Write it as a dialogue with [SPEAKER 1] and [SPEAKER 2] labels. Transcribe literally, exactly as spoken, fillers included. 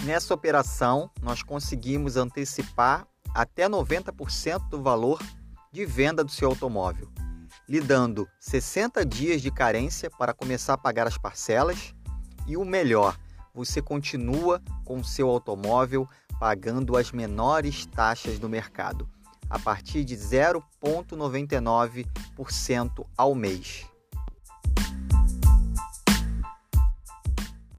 [SPEAKER 1] Nessa operação, nós conseguimos antecipar até noventa por cento do valor de venda do seu automóvel, lhe dando sessenta dias de carência para começar a pagar as parcelas e o melhor, você continua com o seu automóvel pagando as menores taxas do mercado, a partir de zero vírgula noventa e nove por cento ao mês.